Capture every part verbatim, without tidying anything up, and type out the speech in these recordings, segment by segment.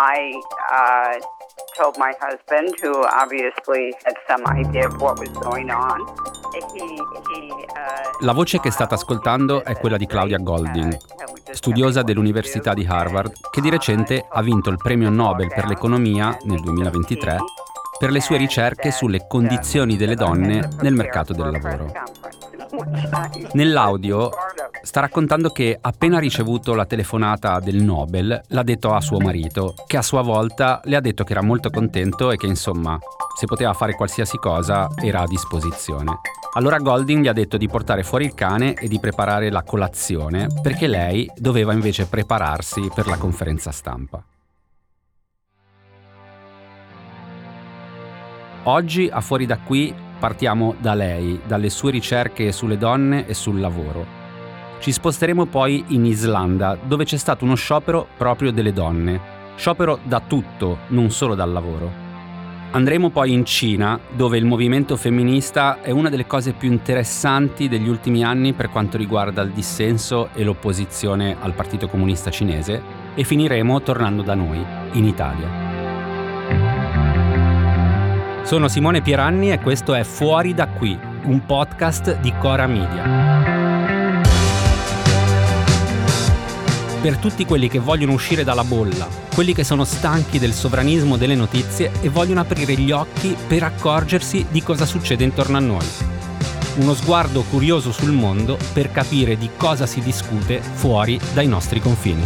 I uh, told my husband, who obviously had some idea of what was going on. He, he, uh, La voce che state ascoltando è quella di Claudia Goldin, studiosa dell'Università di Harvard, che di recente ha vinto il premio Nobel per l'economia nel duemilaventitré per le sue ricerche sulle condizioni delle donne nel mercato del lavoro. Nell'audio sta raccontando che appena ricevuto la telefonata del Nobel l'ha detto a suo marito, che a sua volta le ha detto che era molto contento e che insomma, se poteva fare qualsiasi cosa era a disposizione. Allora Goldin gli ha detto di portare fuori il cane e di preparare la colazione, perché lei doveva invece prepararsi per la conferenza stampa. Oggi a Fuori da qui partiamo da lei, dalle sue ricerche sulle donne e sul lavoro. Ci sposteremo poi in Islanda, dove c'è stato uno sciopero proprio delle donne. Sciopero da tutto, non solo dal lavoro. Andremo poi in Cina, dove il movimento femminista è una delle cose più interessanti degli ultimi anni per quanto riguarda il dissenso e l'opposizione al Partito Comunista Cinese, e finiremo tornando da noi, in Italia. Sono Simone Pieranni e questo è Fuori da qui, un podcast di Cora Media. Per tutti quelli che vogliono uscire dalla bolla, quelli che sono stanchi del sovranismo delle notizie e vogliono aprire gli occhi per accorgersi di cosa succede intorno a noi. Uno sguardo curioso sul mondo per capire di cosa si discute fuori dai nostri confini.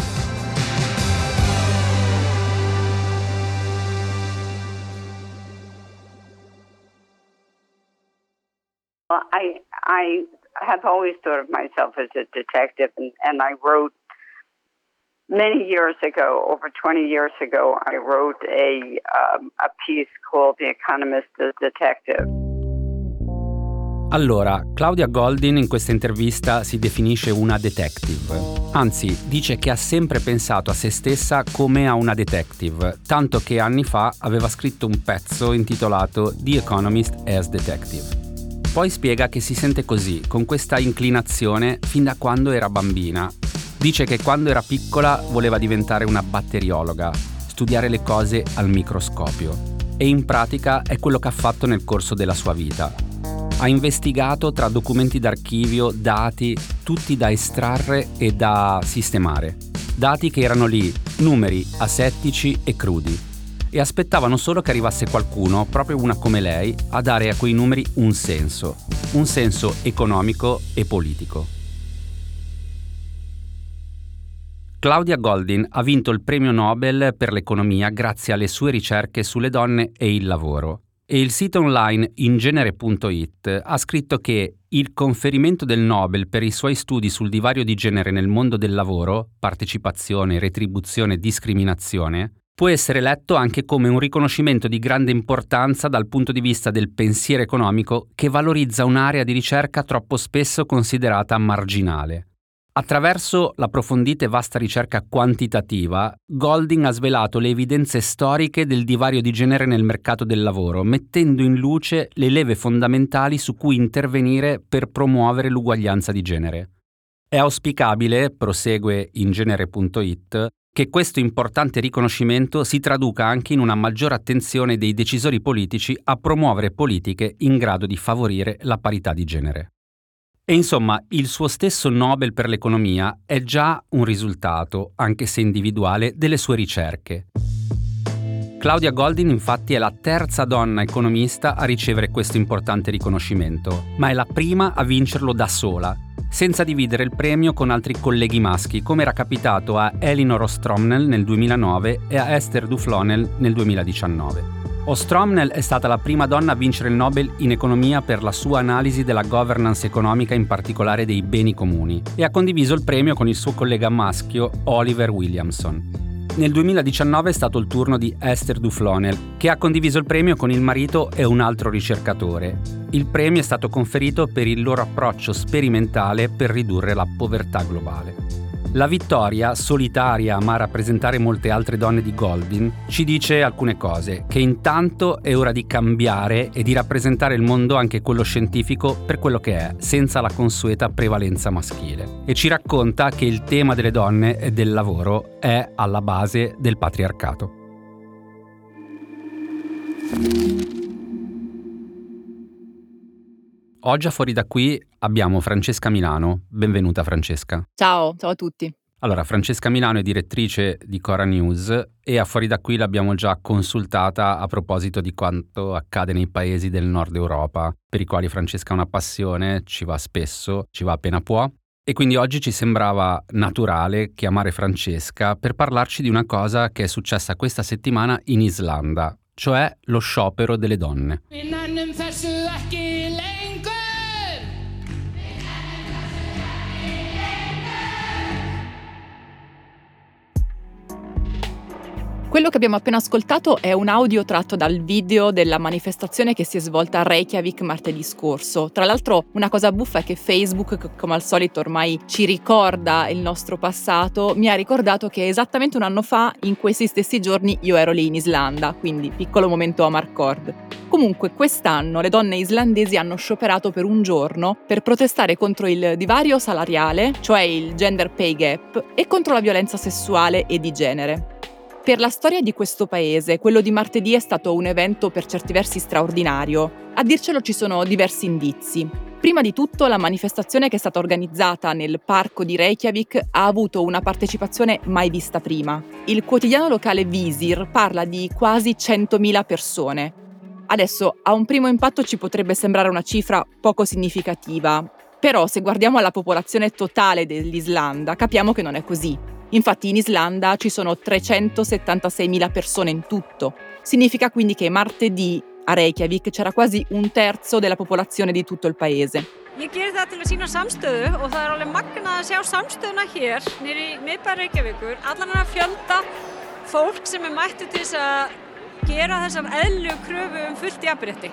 I I have always thought of myself as a detective, and, and I wrote many years ago, over twenty years ago, I wrote a um, a piece called The Economist as Detective. Allora, Claudia Goldin in questa intervista si definisce una detective. Anzi, dice che ha sempre pensato a se stessa come a una detective, tanto che anni fa aveva scritto un pezzo intitolato The Economist as Detective. Poi spiega che si sente così, con questa inclinazione, fin da quando era bambina. Dice che quando era piccola voleva diventare una batteriologa, studiare le cose al microscopio. E in pratica è quello che ha fatto nel corso della sua vita. Ha investigato tra documenti d'archivio, dati, tutti da estrarre e da sistemare. Dati che erano lì, numeri asettici e crudi. E aspettavano solo che arrivasse qualcuno, proprio una come lei, a dare a quei numeri un senso, un senso economico e politico. Claudia Goldin ha vinto il premio Nobel per l'economia grazie alle sue ricerche sulle donne e il lavoro. E il sito online ingenere punto it ha scritto che il conferimento del Nobel per i suoi studi sul divario di genere nel mondo del lavoro, partecipazione, retribuzione e discriminazione, può essere letto anche come un riconoscimento di grande importanza dal punto di vista del pensiero economico che valorizza un'area di ricerca troppo spesso considerata marginale. Attraverso l'approfondita e vasta ricerca quantitativa, Goldin ha svelato le evidenze storiche del divario di genere nel mercato del lavoro, mettendo in luce le leve fondamentali su cui intervenire per promuovere l'uguaglianza di genere. È auspicabile, prosegue ingenere punto it, che questo importante riconoscimento si traduca anche in una maggiore attenzione dei decisori politici a promuovere politiche in grado di favorire la parità di genere. E insomma, il suo stesso Nobel per l'economia è già un risultato, anche se individuale, delle sue ricerche. Claudia Goldin infatti è la terza donna economista a ricevere questo importante riconoscimento, ma è la prima a vincerlo da sola, senza dividere il premio con altri colleghi maschi, come era capitato a Elinor Ostromnel nel duemilanove e a Esther Duflo nel duemiladiciannove. Ostromnel è stata la prima donna a vincere il Nobel in economia per la sua analisi della governance economica, in particolare dei beni comuni, e ha condiviso il premio con il suo collega maschio Oliver Williamson. Nel duemiladiciannove è stato il turno di Esther Duflo, che ha condiviso il premio con il marito e un altro ricercatore. Il premio è stato conferito per il loro approccio sperimentale per ridurre la povertà globale. La vittoria, solitaria ma a rappresentare molte altre donne di Goldin, ci dice alcune cose, che intanto è ora di cambiare e di rappresentare il mondo, anche quello scientifico, per quello che è, senza la consueta prevalenza maschile. E ci racconta che il tema delle donne e del lavoro è alla base del patriarcato. Oggi a Fuori da qui abbiamo Francesca Milano. Benvenuta Francesca. Ciao, ciao a tutti. Allora, Francesca Milano è direttrice di Cora News e a Fuori da qui l'abbiamo già consultata a proposito di quanto accade nei paesi del nord Europa, per i quali Francesca ha una passione, ci va spesso, ci va appena può. E quindi oggi ci sembrava naturale chiamare Francesca per parlarci di una cosa che è successa questa settimana in Islanda, cioè lo sciopero delle donne. Quello che abbiamo appena ascoltato è un audio tratto dal video della manifestazione che si è svolta a Reykjavik martedì scorso. Tra l'altro, una cosa buffa è che Facebook, come al solito ormai ci ricorda il nostro passato, mi ha ricordato che esattamente un anno fa, in questi stessi giorni, io ero lì in Islanda, quindi piccolo momento Amarcord. Comunque, quest'anno le donne islandesi hanno scioperato per un giorno per protestare contro il divario salariale, cioè il gender pay gap, e contro la violenza sessuale e di genere. Per la storia di questo paese, quello di martedì è stato un evento per certi versi straordinario. A dircelo ci sono diversi indizi. Prima di tutto, la manifestazione che è stata organizzata nel parco di Reykjavik ha avuto una partecipazione mai vista prima. Il quotidiano locale Visir parla di quasi centomila persone. Adesso, a un primo impatto ci potrebbe sembrare una cifra poco significativa, però se guardiamo alla popolazione totale dell'Islanda capiamo che non è così. Infatti in Islanda ci sono trecentosettantaseimila persone in tutto. Significa quindi che martedì a Reykjavik c'era quasi un terzo della popolazione di tutto il paese. Ég geri það til að sýna samstöðu og það er alveg magnað að sjá samstöðuna hér niður í miðbæ Reykjavíkur. Allan þennan fjölda fólk sem er mættu til þess að gera þessar eðlilegu kröfu um fullt jafnrétti.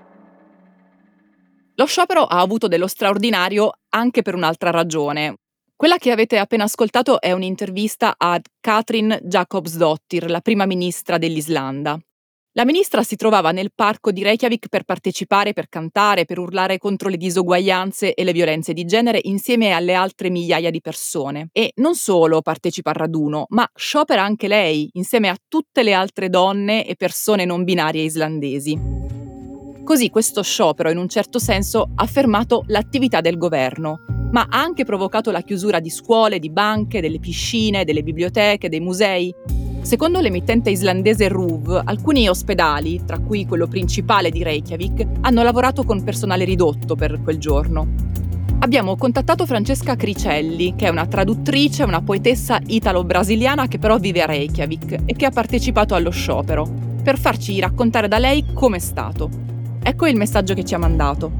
Lo sciopero ha avuto dello straordinario anche per un'altra ragione. Quella che avete appena ascoltato è un'intervista a Katrin Jakobsdottir, la prima ministra dell'Islanda. La ministra si trovava nel parco di Reykjavik per partecipare, per cantare, per urlare contro le disuguaglianze e le violenze di genere insieme alle altre migliaia di persone. E non solo partecipa al raduno, ma sciopera anche lei, insieme a tutte le altre donne e persone non binarie islandesi. Così questo sciopero, in un certo senso, ha fermato l'attività del governo, ma ha anche provocato la chiusura di scuole, di banche, delle piscine, delle biblioteche, dei musei. Secondo l'emittente islandese RÚV, alcuni ospedali, tra cui quello principale di Reykjavik, hanno lavorato con personale ridotto per quel giorno. Abbiamo contattato Francesca Cricelli, che è una traduttrice, una poetessa italo-brasiliana che però vive a Reykjavik e che ha partecipato allo sciopero, per farci raccontare da lei com'è stato. Ecco il messaggio che ci ha mandato.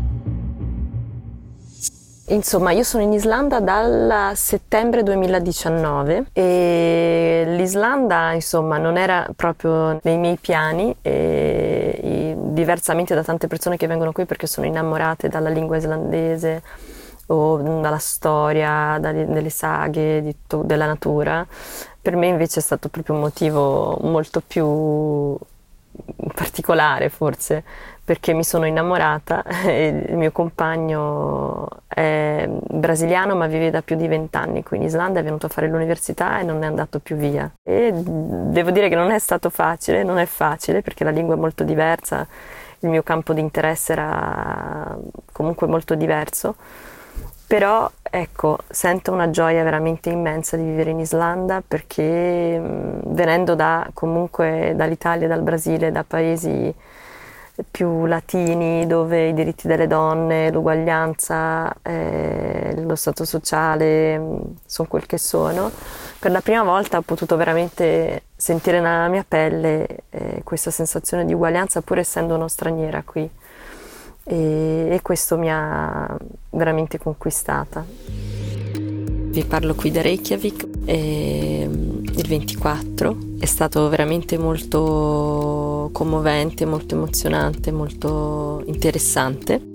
Insomma, io sono in Islanda dal settembre duemiladiciannove e l'Islanda, insomma, non era proprio nei miei piani, e, e, diversamente da tante persone che vengono qui perché sono innamorate dalla lingua islandese o dalla storia, dalle, delle saghe, di to- della natura. Per me invece è stato proprio un motivo molto più particolare, forse, perché mi sono innamorata e il mio compagno è brasiliano ma vive da più di vent'anni qui in Islanda, è venuto a fare l'università e non è andato più via. E devo dire che non è stato facile, non è facile perché la lingua è molto diversa, il mio campo di interesse era comunque molto diverso, però ecco, sento una gioia veramente immensa di vivere in Islanda perché venendo da comunque dall'Italia, dal Brasile, da paesi più latini dove i diritti delle donne, l'uguaglianza, eh, lo stato sociale sono quel che sono, per la prima volta ho potuto veramente sentire nella mia pelle eh, questa sensazione di uguaglianza pur essendo uno straniera qui e, e questo mi ha veramente conquistata. Vi parlo qui da Reykjavik e il ventiquattro è stato veramente molto commovente, molto emozionante, molto interessante.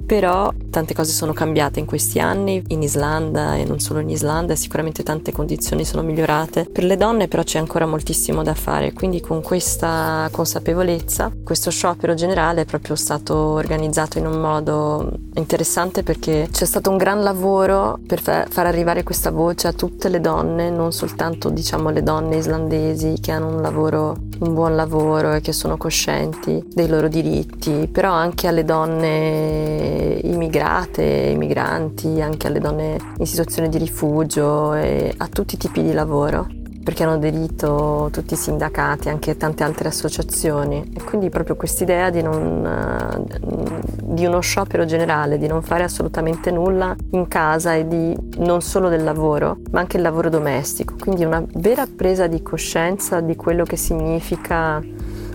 Però tante cose sono cambiate in questi anni, in Islanda e non solo in Islanda, sicuramente tante condizioni sono migliorate per le donne, però c'è ancora moltissimo da fare. Quindi con questa consapevolezza, questo sciopero generale è proprio stato organizzato in un modo interessante, perché c'è stato un gran lavoro per fa- far arrivare questa voce a tutte le donne, non soltanto diciamo le donne islandesi che hanno un lavoro, un buon lavoro e che sono coscienti dei loro diritti, però anche alle donne immigrate, immigranti, anche alle donne in situazione di rifugio e a tutti i tipi di lavoro, perché hanno aderito tutti i sindacati, anche tante altre associazioni. E quindi proprio quest'idea di non di uno sciopero generale, di non fare assolutamente nulla in casa e di non solo del lavoro, ma anche il lavoro domestico. Quindi una vera presa di coscienza di quello che significa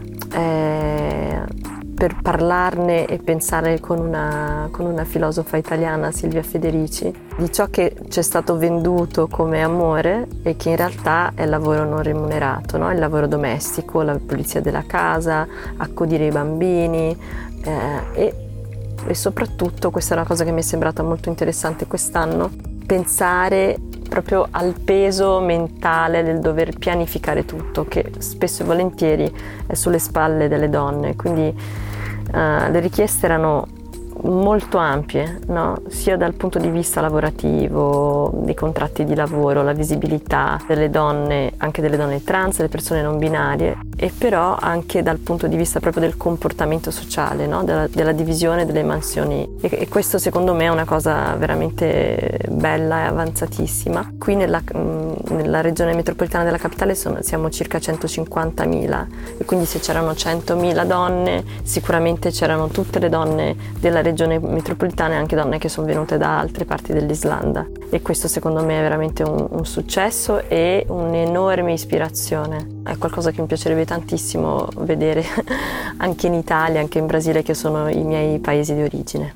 eh, per parlarne e pensare con una, con una filosofa italiana, Silvia Federici, di ciò che ci è stato venduto come amore e che in realtà è lavoro non remunerato, no? Il lavoro domestico, la pulizia della casa, accudire i bambini eh, e, e soprattutto, questa è una cosa che mi è sembrata molto interessante quest'anno, pensare proprio al peso mentale del dover pianificare tutto, che spesso e volentieri è sulle spalle delle donne. Quindi uh, le richieste erano molto ampie, no? Sia dal punto di vista lavorativo, dei contratti di lavoro, la visibilità delle donne, anche delle donne trans, delle persone non binarie, e però anche dal punto di vista proprio del comportamento sociale, no? della, della divisione delle mansioni. E, e questo secondo me è una cosa veramente bella e avanzatissima. Qui nella, nella regione metropolitana della capitale sono, siamo circa centocinquantamila, e quindi se c'erano centomila donne, sicuramente c'erano tutte le donne della regione metropolitana e anche donne che sono venute da altre parti dell'Islanda, e questo secondo me è veramente un, un successo e un'enorme ispirazione. È qualcosa che mi piacerebbe tantissimo vedere anche in Italia, anche in Brasile, che sono i miei paesi di origine.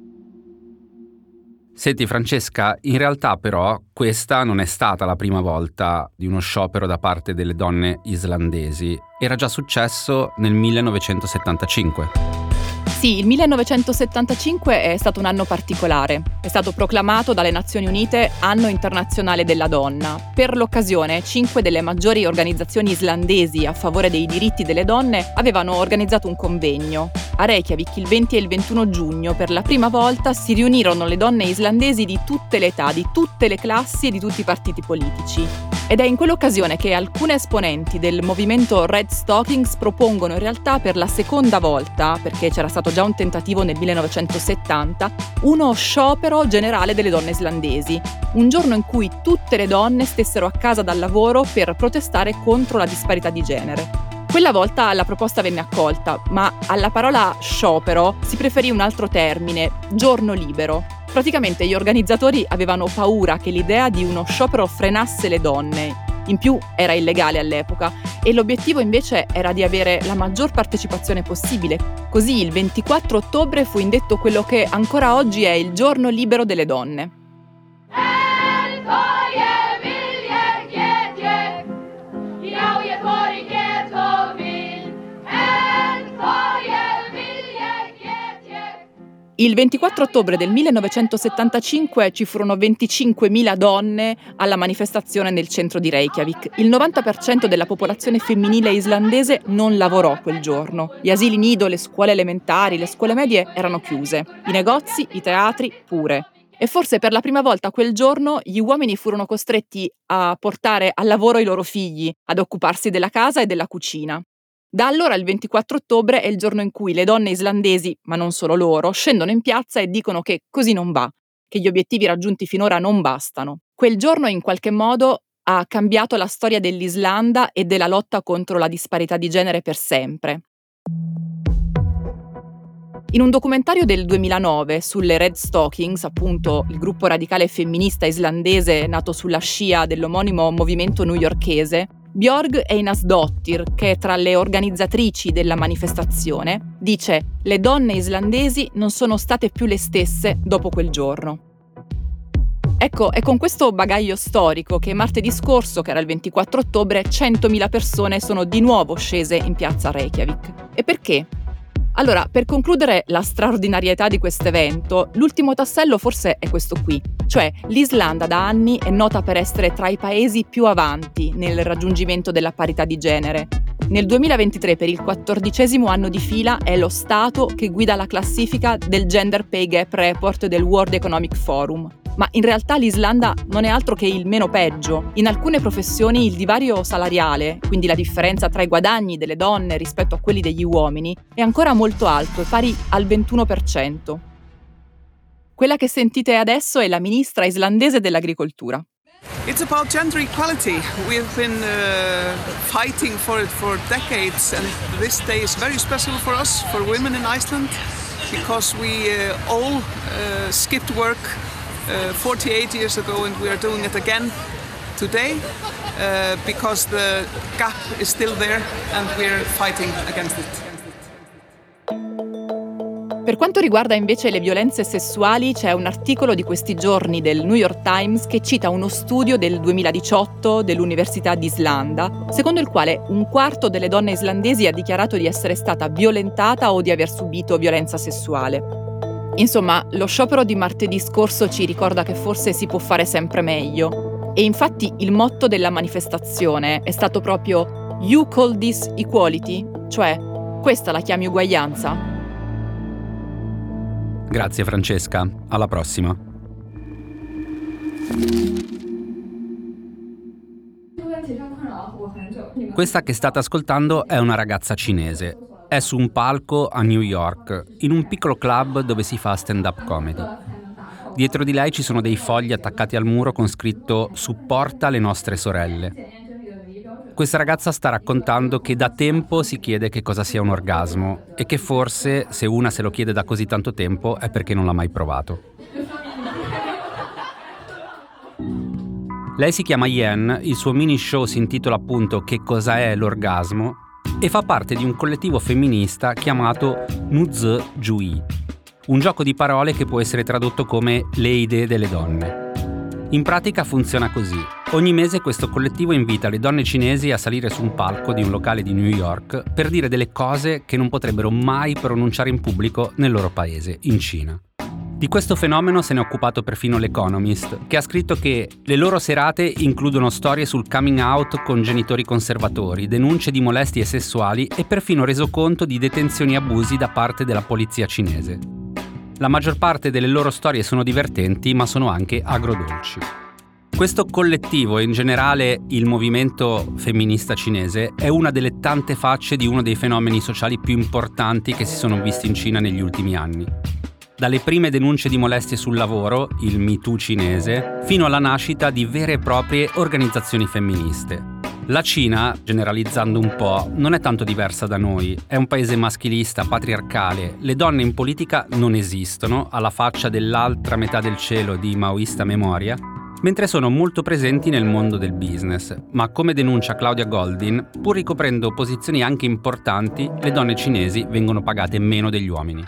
Senti Francesca, in realtà però questa non è stata la prima volta di uno sciopero da parte delle donne islandesi. Era già successo nel millenovecentosettantacinque. Sì, il millenovecentosettantacinque è stato un anno particolare. È stato proclamato dalle Nazioni Unite Anno Internazionale della Donna. Per l'occasione, cinque delle maggiori organizzazioni islandesi a favore dei diritti delle donne avevano organizzato un convegno. A Reykjavik, il venti e il ventuno giugno, per la prima volta si riunirono le donne islandesi di tutte le età, di tutte le classi e di tutti i partiti politici. Ed è in quell'occasione che alcune esponenti del movimento Red Stockings propongono in realtà per la seconda volta, perché c'era stato già un tentativo nel millenovecentosettanta, uno sciopero generale delle donne islandesi, un giorno in cui tutte le donne stessero a casa dal lavoro per protestare contro la disparità di genere. Quella volta la proposta venne accolta, ma alla parola sciopero si preferì un altro termine, giorno libero. Praticamente gli organizzatori avevano paura che l'idea di uno sciopero frenasse le donne. In più era illegale all'epoca e l'obiettivo invece era di avere la maggior partecipazione possibile. Così il ventiquattro ottobre fu indetto quello che ancora oggi è il giorno libero delle donne. Il ventiquattro ottobre del millenovecentosettantacinque ci furono venticinquemila donne alla manifestazione nel centro di Reykjavik. Il novanta per cento della popolazione femminile islandese non lavorò quel giorno. Gli asili nido, le scuole elementari, le scuole medie erano chiuse. I negozi, i teatri pure. E forse per la prima volta quel giorno gli uomini furono costretti a portare al lavoro i loro figli, ad occuparsi della casa e della cucina. Da allora il ventiquattro ottobre è il giorno in cui le donne islandesi, ma non solo loro, scendono in piazza e dicono che così non va, che gli obiettivi raggiunti finora non bastano. Quel giorno in qualche modo ha cambiato la storia dell'Islanda e della lotta contro la disparità di genere per sempre. In un documentario del duemilanove sulle Red Stockings, appunto il gruppo radicale femminista islandese nato sulla scia dell'omonimo movimento newyorkese, Björg Einarsdottir, che è tra le organizzatrici della manifestazione, dice: «Le donne islandesi non sono state più le stesse dopo quel giorno». Ecco, è con questo bagaglio storico che martedì scorso, che era il ventiquattro ottobre, centomila persone sono di nuovo scese in piazza Reykjavik. E perché? Allora, per concludere la straordinarietà di questo evento, l'ultimo tassello forse è questo qui, cioè l'Islanda da anni è nota per essere tra i paesi più avanti nel raggiungimento della parità di genere. Nel duemilaventitré, per il quattordicesimo anno di fila, è lo Stato che guida la classifica del Gender Pay Gap Report del World Economic Forum. Ma in realtà l'Islanda non è altro che il meno peggio. In alcune professioni il divario salariale, quindi la differenza tra i guadagni delle donne rispetto a quelli degli uomini, è ancora molto alto, pari al ventuno per cento. Quella che sentite adesso è la ministra islandese dell'agricoltura. It's about gender equality. We have been uh, fighting for it for decades, and this day is very special for us, for women in Iceland, because we uh, all uh, skipped work uh, forty-eight years ago, and we are doing it again today uh, because the gap is still there, and we're fighting against it. Per quanto riguarda invece le violenze sessuali, c'è un articolo di questi giorni del New York Times che cita uno studio del duemiladiciotto dell'Università di Islanda, secondo il quale un quarto delle donne islandesi ha dichiarato di essere stata violentata o di aver subito violenza sessuale. Insomma, lo sciopero di martedì scorso ci ricorda che forse si può fare sempre meglio. E infatti il motto della manifestazione è stato proprio "You call this equality?", cioè questa la chiami uguaglianza? Grazie Francesca, alla prossima. Questa che state ascoltando è una ragazza cinese. È su un palco a New York, in un piccolo club dove si fa stand-up comedy. Dietro di lei ci sono dei fogli attaccati al muro con scritto "Supporta le nostre sorelle". Questa ragazza sta raccontando che da tempo si chiede che cosa sia un orgasmo e che forse, se una se lo chiede da così tanto tempo, è perché non l'ha mai provato. Lei si chiama Yen, il suo mini show si intitola appunto "Che cosa è l'orgasmo?" e fa parte di un collettivo femminista chiamato Nuzi Jui, un gioco di parole che può essere tradotto come "le idee delle donne". In pratica funziona così. Ogni mese questo collettivo invita le donne cinesi a salire su un palco di un locale di New York per dire delle cose che non potrebbero mai pronunciare in pubblico nel loro paese, in Cina. Di questo fenomeno se ne è occupato perfino l'Economist, che ha scritto che le loro serate includono storie sul coming out con genitori conservatori, denunce di molestie sessuali e perfino resoconto di detenzioni e abusi da parte della polizia cinese. La maggior parte delle loro storie sono divertenti, ma sono anche agrodolci. Questo collettivo e in generale il movimento femminista cinese è una delle tante facce di uno dei fenomeni sociali più importanti che si sono visti in Cina negli ultimi anni. Dalle prime denunce di molestie sul lavoro, il Me Too cinese, fino alla nascita di vere e proprie organizzazioni femministe. La Cina, generalizzando un po', non è tanto diversa da noi. È un paese maschilista, patriarcale. Le donne in politica non esistono, alla faccia dell'altra metà del cielo di maoista memoria, mentre sono molto presenti nel mondo del business. Ma come denuncia Claudia Goldin, pur ricoprendo posizioni anche importanti, le donne cinesi vengono pagate meno degli uomini.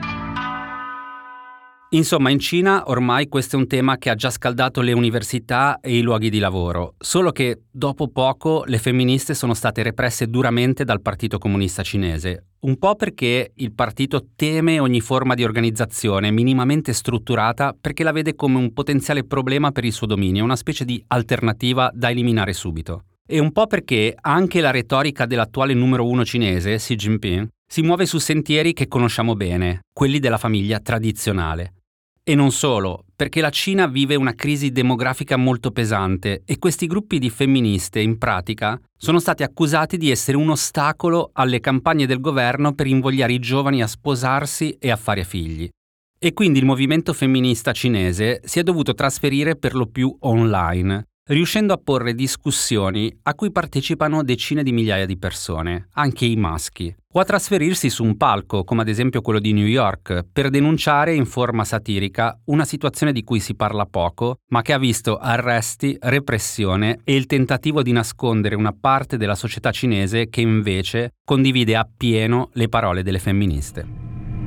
Insomma, in Cina ormai questo è un tema che ha già scaldato le università e i luoghi di lavoro, solo che dopo poco le femministe sono state represse duramente dal Partito Comunista Cinese, un po' perché il partito teme ogni forma di organizzazione minimamente strutturata perché la vede come un potenziale problema per il suo dominio, una specie di alternativa da eliminare subito. E un po' perché anche la retorica dell'attuale numero uno cinese, Xi Jinping, si muove su sentieri che conosciamo bene, quelli della famiglia tradizionale. E non solo, perché la Cina vive una crisi demografica molto pesante e questi gruppi di femministe, in pratica, sono stati accusati di essere un ostacolo alle campagne del governo per invogliare i giovani a sposarsi e a fare figli. E quindi il movimento femminista cinese si è dovuto trasferire per lo più online, riuscendo a porre discussioni a cui partecipano decine di migliaia di persone, anche i maschi, o a trasferirsi su un palco, come ad esempio quello di New York, per denunciare in forma satirica una situazione di cui si parla poco, ma che ha visto arresti, repressione e il tentativo di nascondere una parte della società cinese che invece condivide appieno le parole delle femministe.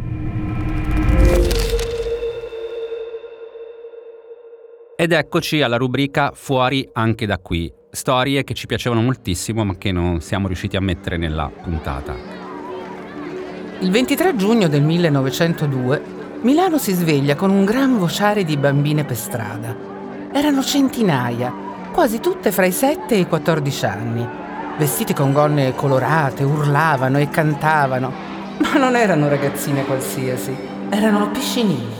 Ed eccoci alla rubrica Fuori anche da qui, storie che ci piacevano moltissimo ma che non siamo riusciti a mettere nella puntata. Il ventitré giugno del millenovecentodue Milano si sveglia con un gran vociare di bambine per strada. Erano centinaia, quasi tutte fra i sette e i quattordici anni. Vestite con gonne colorate, urlavano e cantavano. Ma non erano ragazzine qualsiasi, erano piscinini.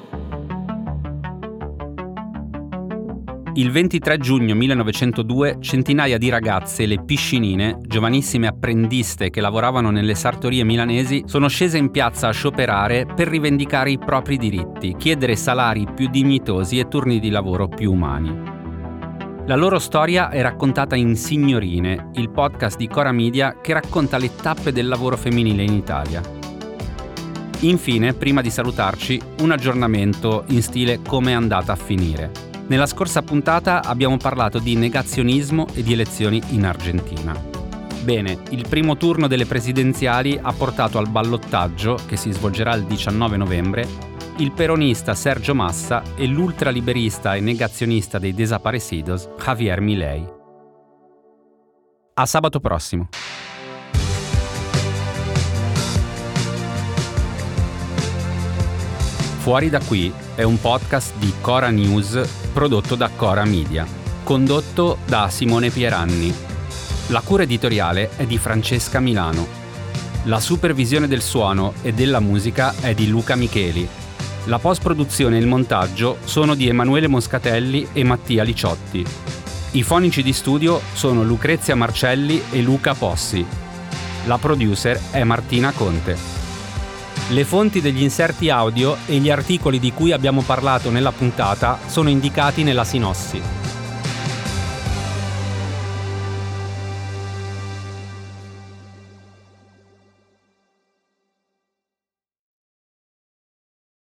Il ventitré giugno millenovecentodue centinaia di ragazze, le piscinine, giovanissime apprendiste che lavoravano nelle sartorie milanesi, sono scese in piazza a scioperare per rivendicare i propri diritti, chiedere salari più dignitosi e turni di lavoro più umani. La loro storia è raccontata in Signorine, il podcast di Cora Media che racconta le tappe del lavoro femminile in Italia. Infine, prima di salutarci, un aggiornamento in stile come è andata a finire. Nella scorsa puntata abbiamo parlato di negazionismo e di elezioni in Argentina. Bene, il primo turno delle presidenziali ha portato al ballottaggio, che si svolgerà il diciannove novembre, il peronista Sergio Massa e l'ultraliberista e negazionista dei desaparecidos Javier Milei. A sabato prossimo. Fuori da qui è un podcast di Cora News prodotto da Cora Media, condotto da Simone Pieranni. La cura editoriale è di Francesca Milano. La supervisione del suono e della musica è di Luca Micheli. La post-produzione e il montaggio sono di Emanuele Moscatelli e Mattia Liciotti. I fonici di studio sono Lucrezia Marcelli e Luca Possi. La producer è Martina Conte. Le fonti degli inserti audio e gli articoli di cui abbiamo parlato nella puntata sono indicati nella sinossi.